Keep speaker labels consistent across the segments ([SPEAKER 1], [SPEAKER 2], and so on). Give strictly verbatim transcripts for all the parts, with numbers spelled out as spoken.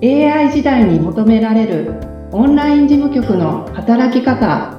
[SPEAKER 1] エーアイ 時代に求められるオンライン事務局の働き方。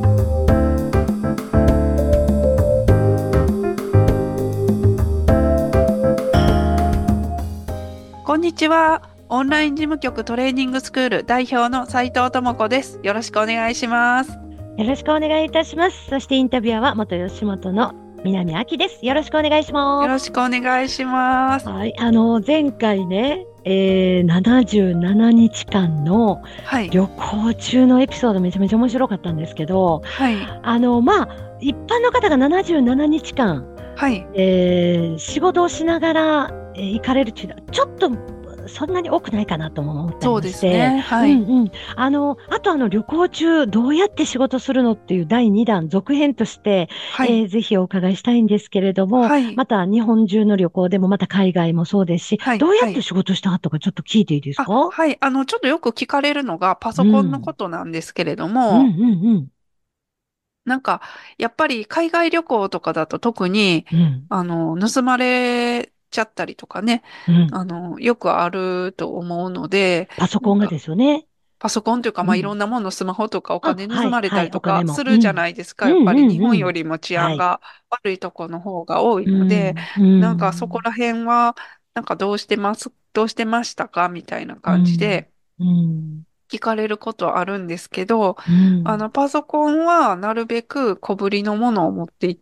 [SPEAKER 2] こんにちは。オンライン事務局トレーニングスクール代表の斉藤智子です。よろしくお願いします。
[SPEAKER 3] よろしくお願いいたします。そしてインタビュアーは元吉本の南明です。よろしくお願いします。
[SPEAKER 2] よろしくお願いします。
[SPEAKER 3] はい、あの前回ね、えー、ななじゅうななにちかんの旅行中のエピソードめちゃめちゃ面白かったんですけど、
[SPEAKER 2] はい、
[SPEAKER 3] あのまあ一般の方がななじゅうななにちかん、
[SPEAKER 2] はい
[SPEAKER 3] えー、仕事をしながら、えー、行かれるっていうのはちょっとそんなに多くないかなとも思ってまして、
[SPEAKER 2] ねはい
[SPEAKER 3] うんうん、あのあとあの旅行中どうやって仕事するのっていうだいにだん続編として、はいえー、ぜひお伺いしたいんですけれども、はい、また日本中の旅行でもまた海外もそうですし、はい、どうやって仕事したとかちょっと聞いていいですか？
[SPEAKER 2] あはいあのちょっとよく聞かれるのがパソコンのことなんですけれども、うんうんうんうん、なんかやっぱり海外旅行とかだと特に、うん、あの盗まれちゃったりとかね、うん、あの、よくあると思うので。
[SPEAKER 3] パソコンがですよね。
[SPEAKER 2] パソコンというか、まあ、いろんなもの、スマホとかお金盗まれたりと
[SPEAKER 3] はいはい、
[SPEAKER 2] かするじゃないですか。
[SPEAKER 3] うん、
[SPEAKER 2] やっぱり
[SPEAKER 3] うんうんうん、
[SPEAKER 2] 日本よりも治安が悪いところの方が多いので、
[SPEAKER 3] うんうん、
[SPEAKER 2] なんかそこら辺は、なんかどうしてます、どうしてましたかみたいな感じで聞かれることあるんですけど、うん、あの、パソコンはなるべく小ぶりのものを持っていって、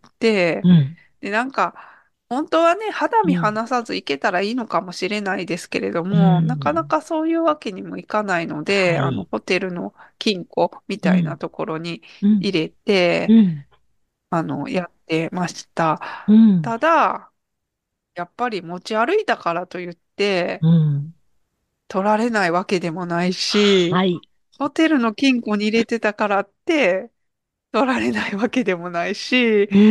[SPEAKER 2] うん、で、なんか、本当はね、肌身離さずいけたらいいのかもしれないですけれども、うん、なかなかそういうわけにもいかないので、はい、あの、ホテルの金庫みたいなところに入れて、うんうん、あの、やってました。うん、ただ、やっぱり持ち歩いたからといって、取られないわけでもないし、はい、ホテルの金庫に入れてたからって、取られないわけでもないし、うん、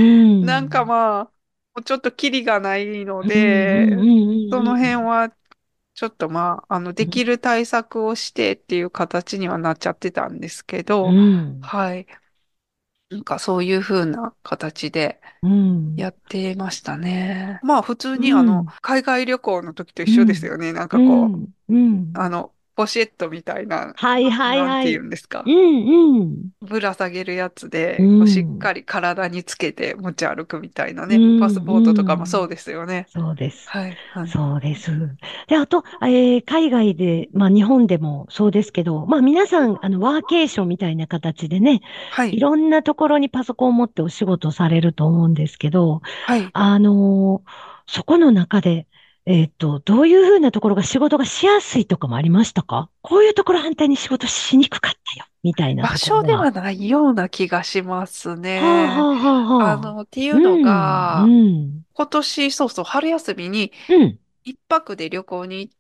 [SPEAKER 2] なんかまあ、もうちょっとキリがないので、その辺は、ちょっとまあ、あの、できる対策をしてっていう形にはなっちゃってたんですけど、うん、はい。なんかそういう風な形でやってましたね。うん、まあ普通にあの、海外旅行の時と一緒ですよね。うん、なんかこう、うん、あの、ポシェットみたいな、
[SPEAKER 3] はいはいはい、
[SPEAKER 2] なんて言うんですか。
[SPEAKER 3] うんうん、
[SPEAKER 2] ぶら下げるやつで、こうしっかり体につけて持ち歩くみたいなね。うん、パスポートとかもそうですよね。
[SPEAKER 3] そうです。
[SPEAKER 2] はい、はい。
[SPEAKER 3] そうです。で、あと、えー、海外で、まあ日本でもそうですけど、まあ皆さん、あの、ワーケーションみたいな形でね、はい。いろんなところにパソコンを持ってお仕事されると思うんですけど、はい。あのーそこの中で、えっと、どういうふうなところが仕事がしやすいとかもありましたか？こういうところ反対に仕事しにくかったよ、みたいな
[SPEAKER 2] 場
[SPEAKER 3] ところは。
[SPEAKER 2] 所ではないような気がします
[SPEAKER 3] はあ、
[SPEAKER 2] ね。
[SPEAKER 3] はあ、はあ、はあ。
[SPEAKER 2] あの、っていうの
[SPEAKER 3] うん、う
[SPEAKER 2] が、
[SPEAKER 3] ん、
[SPEAKER 2] 今年、そうそう、春休みに
[SPEAKER 3] うん、
[SPEAKER 2] 一泊で旅行に行って、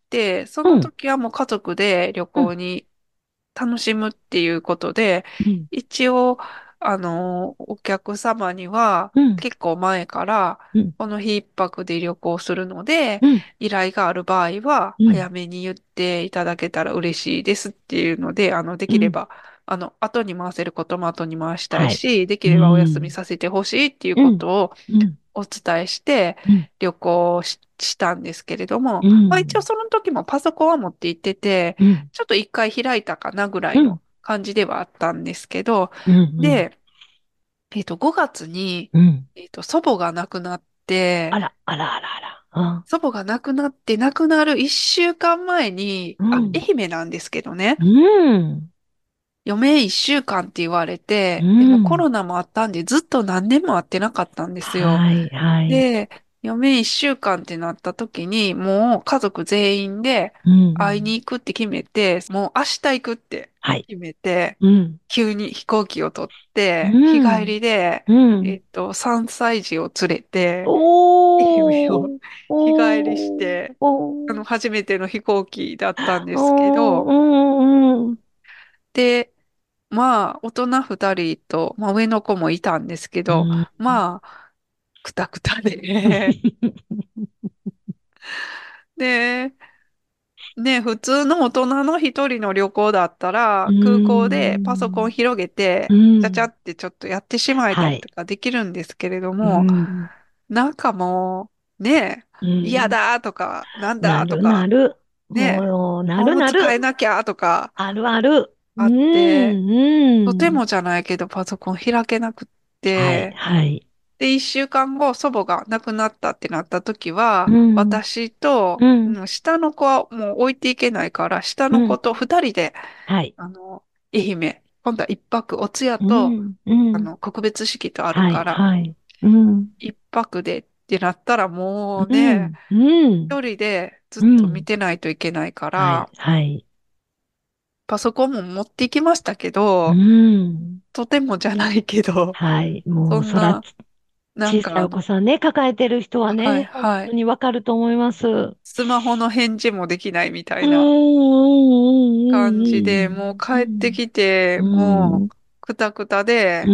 [SPEAKER 2] その
[SPEAKER 3] うん、
[SPEAKER 2] 時はもう家族で旅
[SPEAKER 3] うん、
[SPEAKER 2] 行に楽しむっていうことで、
[SPEAKER 3] うん、
[SPEAKER 2] 一応、あの、お客様には
[SPEAKER 3] うん、
[SPEAKER 2] 結構前から、
[SPEAKER 3] うん、
[SPEAKER 2] この日一泊で旅行するので、
[SPEAKER 3] うん、
[SPEAKER 2] 依頼がある場合は、
[SPEAKER 3] うん、
[SPEAKER 2] 早めに言っていただけたら嬉しいですっていうので、あの、で
[SPEAKER 3] うん。
[SPEAKER 2] きれば、あの、後に回せることも後に回したい
[SPEAKER 3] はい。
[SPEAKER 2] し、でき
[SPEAKER 3] う
[SPEAKER 2] ればお休み
[SPEAKER 3] ん。
[SPEAKER 2] させてほしいっていう
[SPEAKER 3] うん。
[SPEAKER 2] ことを
[SPEAKER 3] うん。
[SPEAKER 2] お伝えして
[SPEAKER 3] うん。
[SPEAKER 2] 旅行し、したんですけれども、
[SPEAKER 3] う
[SPEAKER 2] まあ一応
[SPEAKER 3] ん。
[SPEAKER 2] その時もパソコンは持って行ってて、
[SPEAKER 3] うん。
[SPEAKER 2] ちょっと一回開いたかなぐらいの
[SPEAKER 3] うん。
[SPEAKER 2] 感じではあったんですけど、
[SPEAKER 3] うん。
[SPEAKER 2] で、えっと、ごがつに、
[SPEAKER 3] うん。
[SPEAKER 2] えっと、祖母が亡くなって、
[SPEAKER 3] あら、あら、あら、あら。あ
[SPEAKER 2] 祖母が亡くなって、亡くなるいっしゅうかんまえに、あ、
[SPEAKER 3] うん。
[SPEAKER 2] 愛媛なんですけどね、
[SPEAKER 3] うん。
[SPEAKER 2] 余命いっしゅうかんって言われ
[SPEAKER 3] う
[SPEAKER 2] て、でもコ
[SPEAKER 3] ん。
[SPEAKER 2] ロナもあったんで、ずっと何年も会ってなかったんですよ。
[SPEAKER 3] はい、はい。
[SPEAKER 2] で、余命いっしゅうかんってなった時に、もう家族全員で
[SPEAKER 3] うん。
[SPEAKER 2] 会いに行くって決めて、もう明日行くって
[SPEAKER 3] はい。
[SPEAKER 2] 決めて、
[SPEAKER 3] うん。
[SPEAKER 2] 急に飛行機を取っ
[SPEAKER 3] う
[SPEAKER 2] て、日帰
[SPEAKER 3] ん。
[SPEAKER 2] りで、
[SPEAKER 3] うん。
[SPEAKER 2] えっと、さんさい児を連れて、愛媛を
[SPEAKER 3] おー。
[SPEAKER 2] 日帰りし
[SPEAKER 3] おー。
[SPEAKER 2] て、あの、
[SPEAKER 3] おー。
[SPEAKER 2] 初めての飛行機だったんですけ
[SPEAKER 3] おー。
[SPEAKER 2] ど、
[SPEAKER 3] うん。うん。
[SPEAKER 2] で、まあ、大人二人と、まあ、上の子もいたんですけど、
[SPEAKER 3] うん。
[SPEAKER 2] まあ、くたくたで、で、ね、普通の大人の一人の旅行だった
[SPEAKER 3] う
[SPEAKER 2] ら、空港でパソコン
[SPEAKER 3] ん。
[SPEAKER 2] 広げて、
[SPEAKER 3] う
[SPEAKER 2] ちゃちゃ
[SPEAKER 3] ん。
[SPEAKER 2] ってちょっとやってしまえた
[SPEAKER 3] はい。
[SPEAKER 2] りとかできるんですけれど
[SPEAKER 3] う
[SPEAKER 2] も、
[SPEAKER 3] ん。
[SPEAKER 2] なんかもう、ね、
[SPEAKER 3] うん。
[SPEAKER 2] 嫌だとか、なん
[SPEAKER 3] なるな
[SPEAKER 2] だとか、
[SPEAKER 3] る。
[SPEAKER 2] ね、
[SPEAKER 3] もう、な
[SPEAKER 2] おむつ替
[SPEAKER 3] るなる。
[SPEAKER 2] えなきゃとか
[SPEAKER 3] あるある。う
[SPEAKER 2] あって、
[SPEAKER 3] ん、うん。
[SPEAKER 2] とてもじゃないけどパソコン開けなくっ
[SPEAKER 3] はい、
[SPEAKER 2] て、
[SPEAKER 3] はい。
[SPEAKER 2] で、一週間後、祖母が亡くなったってなった時は、
[SPEAKER 3] うん、
[SPEAKER 2] 私と、
[SPEAKER 3] うん、
[SPEAKER 2] うん下の子はもう置いていけないから、下
[SPEAKER 3] うん。
[SPEAKER 2] の子と二人で、
[SPEAKER 3] はい。
[SPEAKER 2] あの、愛媛、今度は一泊、お通夜と、
[SPEAKER 3] うん、うん。
[SPEAKER 2] あの、告別式とある
[SPEAKER 3] はい、
[SPEAKER 2] から、
[SPEAKER 3] はい。うん、
[SPEAKER 2] 一泊でってなったらもうね、
[SPEAKER 3] うん、うん、
[SPEAKER 2] 一人でずっと見
[SPEAKER 3] うん。
[SPEAKER 2] てないといけないか
[SPEAKER 3] はい、
[SPEAKER 2] ら、
[SPEAKER 3] はい。
[SPEAKER 2] パソコンも持ってきましたけ
[SPEAKER 3] う
[SPEAKER 2] ど、
[SPEAKER 3] ん。
[SPEAKER 2] とてもじゃないけど、
[SPEAKER 3] はい。もう、そら、
[SPEAKER 2] そんな、なん
[SPEAKER 3] 小さい
[SPEAKER 2] かあの、
[SPEAKER 3] お子さんね、抱えてる人は
[SPEAKER 2] はい
[SPEAKER 3] ね、本
[SPEAKER 2] はい。
[SPEAKER 3] 当にわかると思います。う
[SPEAKER 2] スマホの返事もできないみた
[SPEAKER 3] ん、う
[SPEAKER 2] いな感じで、
[SPEAKER 3] ん、
[SPEAKER 2] もう帰って
[SPEAKER 3] うん、
[SPEAKER 2] きて、
[SPEAKER 3] うん、う
[SPEAKER 2] もう、
[SPEAKER 3] ん、
[SPEAKER 2] くたくたで、
[SPEAKER 3] うん、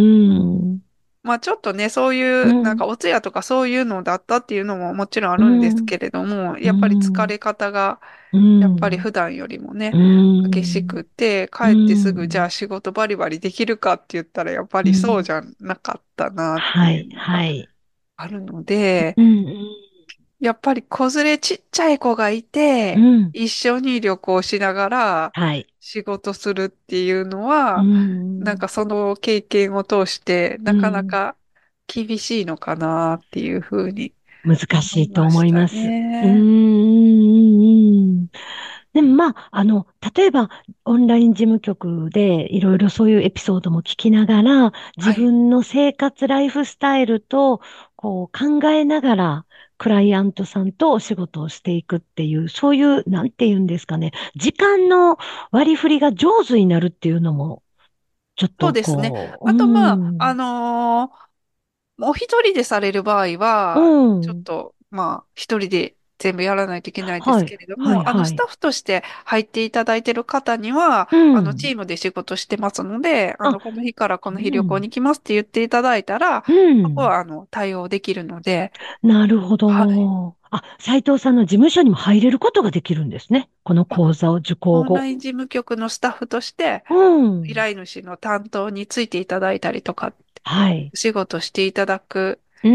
[SPEAKER 2] まあちょっとね、そういう、なん
[SPEAKER 3] うん、
[SPEAKER 2] かお通夜とかそういうのだったっていうのももちろんあ
[SPEAKER 3] う
[SPEAKER 2] るんです
[SPEAKER 3] ん、
[SPEAKER 2] けれども、
[SPEAKER 3] う
[SPEAKER 2] やっぱり疲
[SPEAKER 3] ん、
[SPEAKER 2] れ方が、
[SPEAKER 3] う
[SPEAKER 2] やっぱり
[SPEAKER 3] ん、
[SPEAKER 2] 普段よりもね、
[SPEAKER 3] う
[SPEAKER 2] 激しく
[SPEAKER 3] ん、
[SPEAKER 2] て、
[SPEAKER 3] う
[SPEAKER 2] 帰ってすぐじゃ
[SPEAKER 3] ん、
[SPEAKER 2] あ仕事バリバリできるかって言ったら、やっぱりそう
[SPEAKER 3] うん、
[SPEAKER 2] じゃなかったなって
[SPEAKER 3] はい、
[SPEAKER 2] いうのが
[SPEAKER 3] はい。
[SPEAKER 2] あるので、
[SPEAKER 3] うん、うん、
[SPEAKER 2] やっぱり子連れちっちゃい子がいて、
[SPEAKER 3] うん、
[SPEAKER 2] 一緒に旅行しながら
[SPEAKER 3] はい。
[SPEAKER 2] 仕事するっていうの
[SPEAKER 3] う
[SPEAKER 2] は、なん
[SPEAKER 3] ん、
[SPEAKER 2] かその経験を通して、なかな
[SPEAKER 3] うん、
[SPEAKER 2] か厳しいのかなっていうふうに
[SPEAKER 3] 難
[SPEAKER 2] 思い
[SPEAKER 3] しいと
[SPEAKER 2] ました
[SPEAKER 3] 思います。うー
[SPEAKER 2] ね。
[SPEAKER 3] ん。でもまあ、あの、例えばオンライン事務局でいろいろそういうエピソードも聞きながら、自
[SPEAKER 2] はい。
[SPEAKER 3] 分の生活ライフスタイルとこう考えながら、クライアントさんとお仕事をしていくっていう、そういう、なんて言うんですかね、時間の割り振りが上手になるっていうのも、ちょっと
[SPEAKER 2] そうですね。
[SPEAKER 3] こう、う
[SPEAKER 2] あとまあ、あ
[SPEAKER 3] ん、
[SPEAKER 2] のーお一人でされる場合
[SPEAKER 3] う
[SPEAKER 2] は、ちょっ
[SPEAKER 3] ん、
[SPEAKER 2] と、まあ、一人で全部やらないといけないです
[SPEAKER 3] はい、
[SPEAKER 2] けれど
[SPEAKER 3] はい、
[SPEAKER 2] も、あの、
[SPEAKER 3] はい。
[SPEAKER 2] スタッフとして入っていただいている方には、
[SPEAKER 3] う
[SPEAKER 2] あの、チ
[SPEAKER 3] ん。
[SPEAKER 2] ームで仕事してますので、あ
[SPEAKER 3] あ、
[SPEAKER 2] の、この日からこの日旅行
[SPEAKER 3] うん。
[SPEAKER 2] に来ますって言っていただいたら、
[SPEAKER 3] う
[SPEAKER 2] そこ
[SPEAKER 3] ん。
[SPEAKER 2] は、あの、対応できるので、
[SPEAKER 3] なるほ
[SPEAKER 2] はい。
[SPEAKER 3] ど。あ、斉藤さんの事務所にも入れることができるんですね。この
[SPEAKER 2] あ
[SPEAKER 3] 講座を受講後。
[SPEAKER 2] オンライン事務局のスタッフとして、
[SPEAKER 3] うん。
[SPEAKER 2] 依頼主の担当についていただいたりとか、
[SPEAKER 3] はい。
[SPEAKER 2] お仕事していただく
[SPEAKER 3] うん。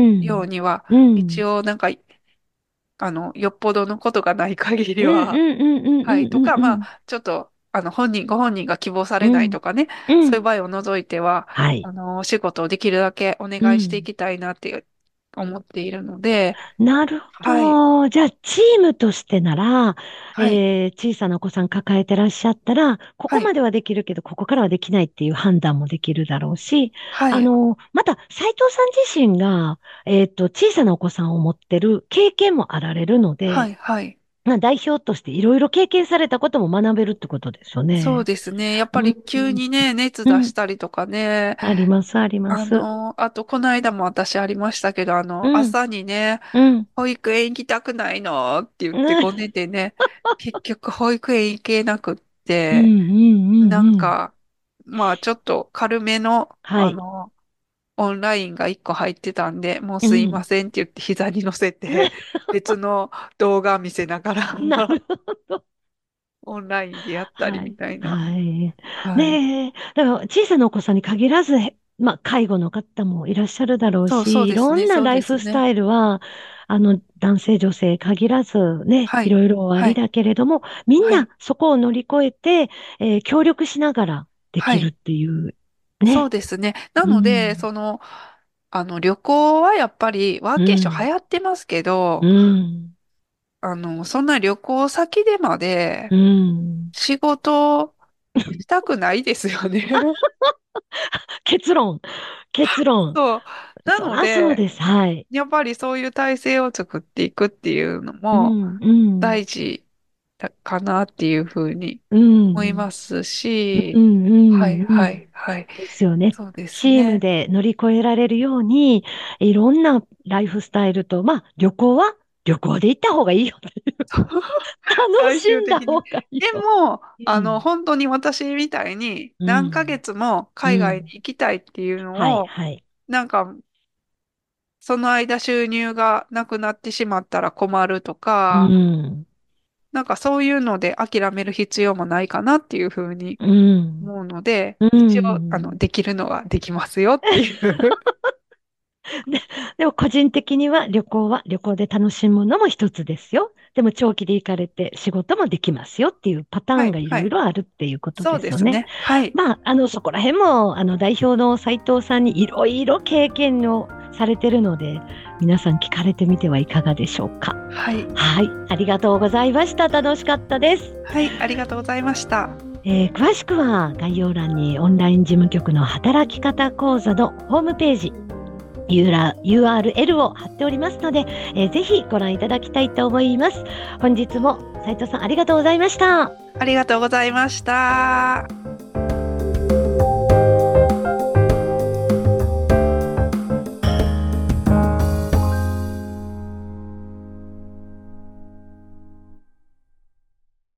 [SPEAKER 2] ようには、
[SPEAKER 3] うん。
[SPEAKER 2] 一応、なんか、あの、よっぽどのことがない限り
[SPEAKER 3] うん、う
[SPEAKER 2] は、
[SPEAKER 3] ん、うん、うん、
[SPEAKER 2] はい。とか、
[SPEAKER 3] うん、
[SPEAKER 2] まあ、ちょっと、あの、本人、ご本人が希望され
[SPEAKER 3] うん。
[SPEAKER 2] ないとかね、
[SPEAKER 3] うん。うん。
[SPEAKER 2] そういう場合を除いては、
[SPEAKER 3] はい。
[SPEAKER 2] あの、お仕事をできるだけお願いしてい
[SPEAKER 3] うん。
[SPEAKER 2] きたいなって思っているので、
[SPEAKER 3] なるほ
[SPEAKER 2] はい。
[SPEAKER 3] ど。じゃあ、チームとしてなら、
[SPEAKER 2] はい。
[SPEAKER 3] えー小さなお子さん抱えてらっしゃったら、こ
[SPEAKER 2] はい。
[SPEAKER 3] こまではできるけど、ここからはできないっていう判断もできるだろうし、
[SPEAKER 2] はい。
[SPEAKER 3] あの、また、斉藤さん自身が、えっと、小さなお子さんを持ってる経験もあられるので、
[SPEAKER 2] はい。はい。
[SPEAKER 3] まあ、代表としていろいろ経験されたことも学べるってことですよ
[SPEAKER 2] そう
[SPEAKER 3] ね。
[SPEAKER 2] ですね。やっぱ
[SPEAKER 3] うん、
[SPEAKER 2] り急にね、熱
[SPEAKER 3] うん。
[SPEAKER 2] 出したりとかね、
[SPEAKER 3] あります、ありま
[SPEAKER 2] あ
[SPEAKER 3] す。
[SPEAKER 2] の、あと、この間も私ありましたけど、あの、
[SPEAKER 3] うん、
[SPEAKER 2] 朝にね、
[SPEAKER 3] うん、
[SPEAKER 2] 保育園行きたくないのって言っ
[SPEAKER 3] うん、
[SPEAKER 2] てごねてね、結局保育園行けなくっ
[SPEAKER 3] うん、
[SPEAKER 2] て、
[SPEAKER 3] うん、
[SPEAKER 2] なん
[SPEAKER 3] うん。
[SPEAKER 2] か、まあちょっと軽めの、
[SPEAKER 3] はい。
[SPEAKER 2] あの、オンラインがいっこ入ってたんで、もうすいま
[SPEAKER 3] うん。
[SPEAKER 2] せんって言って膝に乗せて、別の動画見せながら
[SPEAKER 3] なるほど。
[SPEAKER 2] オンラインでやったり
[SPEAKER 3] はい。
[SPEAKER 2] みたいな。
[SPEAKER 3] はい。
[SPEAKER 2] はい。
[SPEAKER 3] ねえ。だから小さなお子さんに限らず、へまあ、介護の方もいらっしゃるだろう
[SPEAKER 2] そうそう
[SPEAKER 3] し、いろ
[SPEAKER 2] ですね、そう
[SPEAKER 3] んなライ
[SPEAKER 2] ですね。
[SPEAKER 3] フスタイルは、あの、男性、女性限らずね、
[SPEAKER 2] はい。
[SPEAKER 3] いろいろおあ
[SPEAKER 2] はい。
[SPEAKER 3] りだけれども、みん
[SPEAKER 2] はい。
[SPEAKER 3] なそこを乗り越えて、えー協力しながらで
[SPEAKER 2] はい。
[SPEAKER 3] きるっていう、
[SPEAKER 2] そう
[SPEAKER 3] ね。
[SPEAKER 2] ですね。な
[SPEAKER 3] う
[SPEAKER 2] ので、
[SPEAKER 3] ん。
[SPEAKER 2] その、あの、旅行はやっぱりワーケーション
[SPEAKER 3] うん。
[SPEAKER 2] 流行ってますけ
[SPEAKER 3] う
[SPEAKER 2] ど、
[SPEAKER 3] ん。
[SPEAKER 2] あの、そんな旅行先でま
[SPEAKER 3] う
[SPEAKER 2] で
[SPEAKER 3] ん。
[SPEAKER 2] 仕事したくないですよね。
[SPEAKER 3] 結論。結論。
[SPEAKER 2] そう。な
[SPEAKER 3] そ
[SPEAKER 2] ので、
[SPEAKER 3] らそうです。はい。
[SPEAKER 2] やっぱりそういう体制を作っていくっていうのも
[SPEAKER 3] うん。うん。
[SPEAKER 2] 大事だかなっていうふうに
[SPEAKER 3] う
[SPEAKER 2] 思い
[SPEAKER 3] ん。
[SPEAKER 2] ます
[SPEAKER 3] う
[SPEAKER 2] し、
[SPEAKER 3] ん、う
[SPEAKER 2] はい、
[SPEAKER 3] ん、う
[SPEAKER 2] は
[SPEAKER 3] ん。
[SPEAKER 2] い、はい。
[SPEAKER 3] ですよね。
[SPEAKER 2] そうです
[SPEAKER 3] チーム
[SPEAKER 2] ね。
[SPEAKER 3] で乗り越えられるように、いろんなライフスタイルと、まあ、旅行は旅行で行った方がいいよ。楽
[SPEAKER 2] 最
[SPEAKER 3] しんだ
[SPEAKER 2] 終的に。
[SPEAKER 3] 方がいい
[SPEAKER 2] で
[SPEAKER 3] よ。
[SPEAKER 2] も、あの、
[SPEAKER 3] うん。
[SPEAKER 2] 本当に私みたいに
[SPEAKER 3] う
[SPEAKER 2] 何ヶ
[SPEAKER 3] ん。
[SPEAKER 2] 月も海外に
[SPEAKER 3] うん。
[SPEAKER 2] 行きたいっていう
[SPEAKER 3] はい、
[SPEAKER 2] のを、
[SPEAKER 3] はい。
[SPEAKER 2] なんか、その間収入がなくなってしまったら困ると
[SPEAKER 3] う
[SPEAKER 2] か、
[SPEAKER 3] ん。
[SPEAKER 2] なんかそういうので諦める必要もないかなっていうふうに
[SPEAKER 3] うん。
[SPEAKER 2] 思うので、
[SPEAKER 3] う
[SPEAKER 2] 一応、あの、
[SPEAKER 3] ん。
[SPEAKER 2] できるのはできますよっていう
[SPEAKER 3] で、でも個人的には旅行は旅行で楽しむのも一つですよ。でも長期で行かれて仕事もできますよっていうパターンがいろいろあるっていうことですよね。そうですね。
[SPEAKER 2] はい。
[SPEAKER 3] まあ、あの、そこら辺も、あの、代表の斉藤さんにいろいろ経験をされてるので、皆さん聞かれてみてはいかがでしょうか。
[SPEAKER 2] はい。
[SPEAKER 3] はい。ありがとうございました。楽しかったです。
[SPEAKER 2] はい。ありがとうございました。
[SPEAKER 3] えー、詳しくは概要欄にオンライン事務局の働き方講座のホームページ、ユーアールエル を貼っておりますので、えー、ぜひご覧いただきたいと思います。本日も斉藤さんありがとうございました。
[SPEAKER 2] ありがとうございました。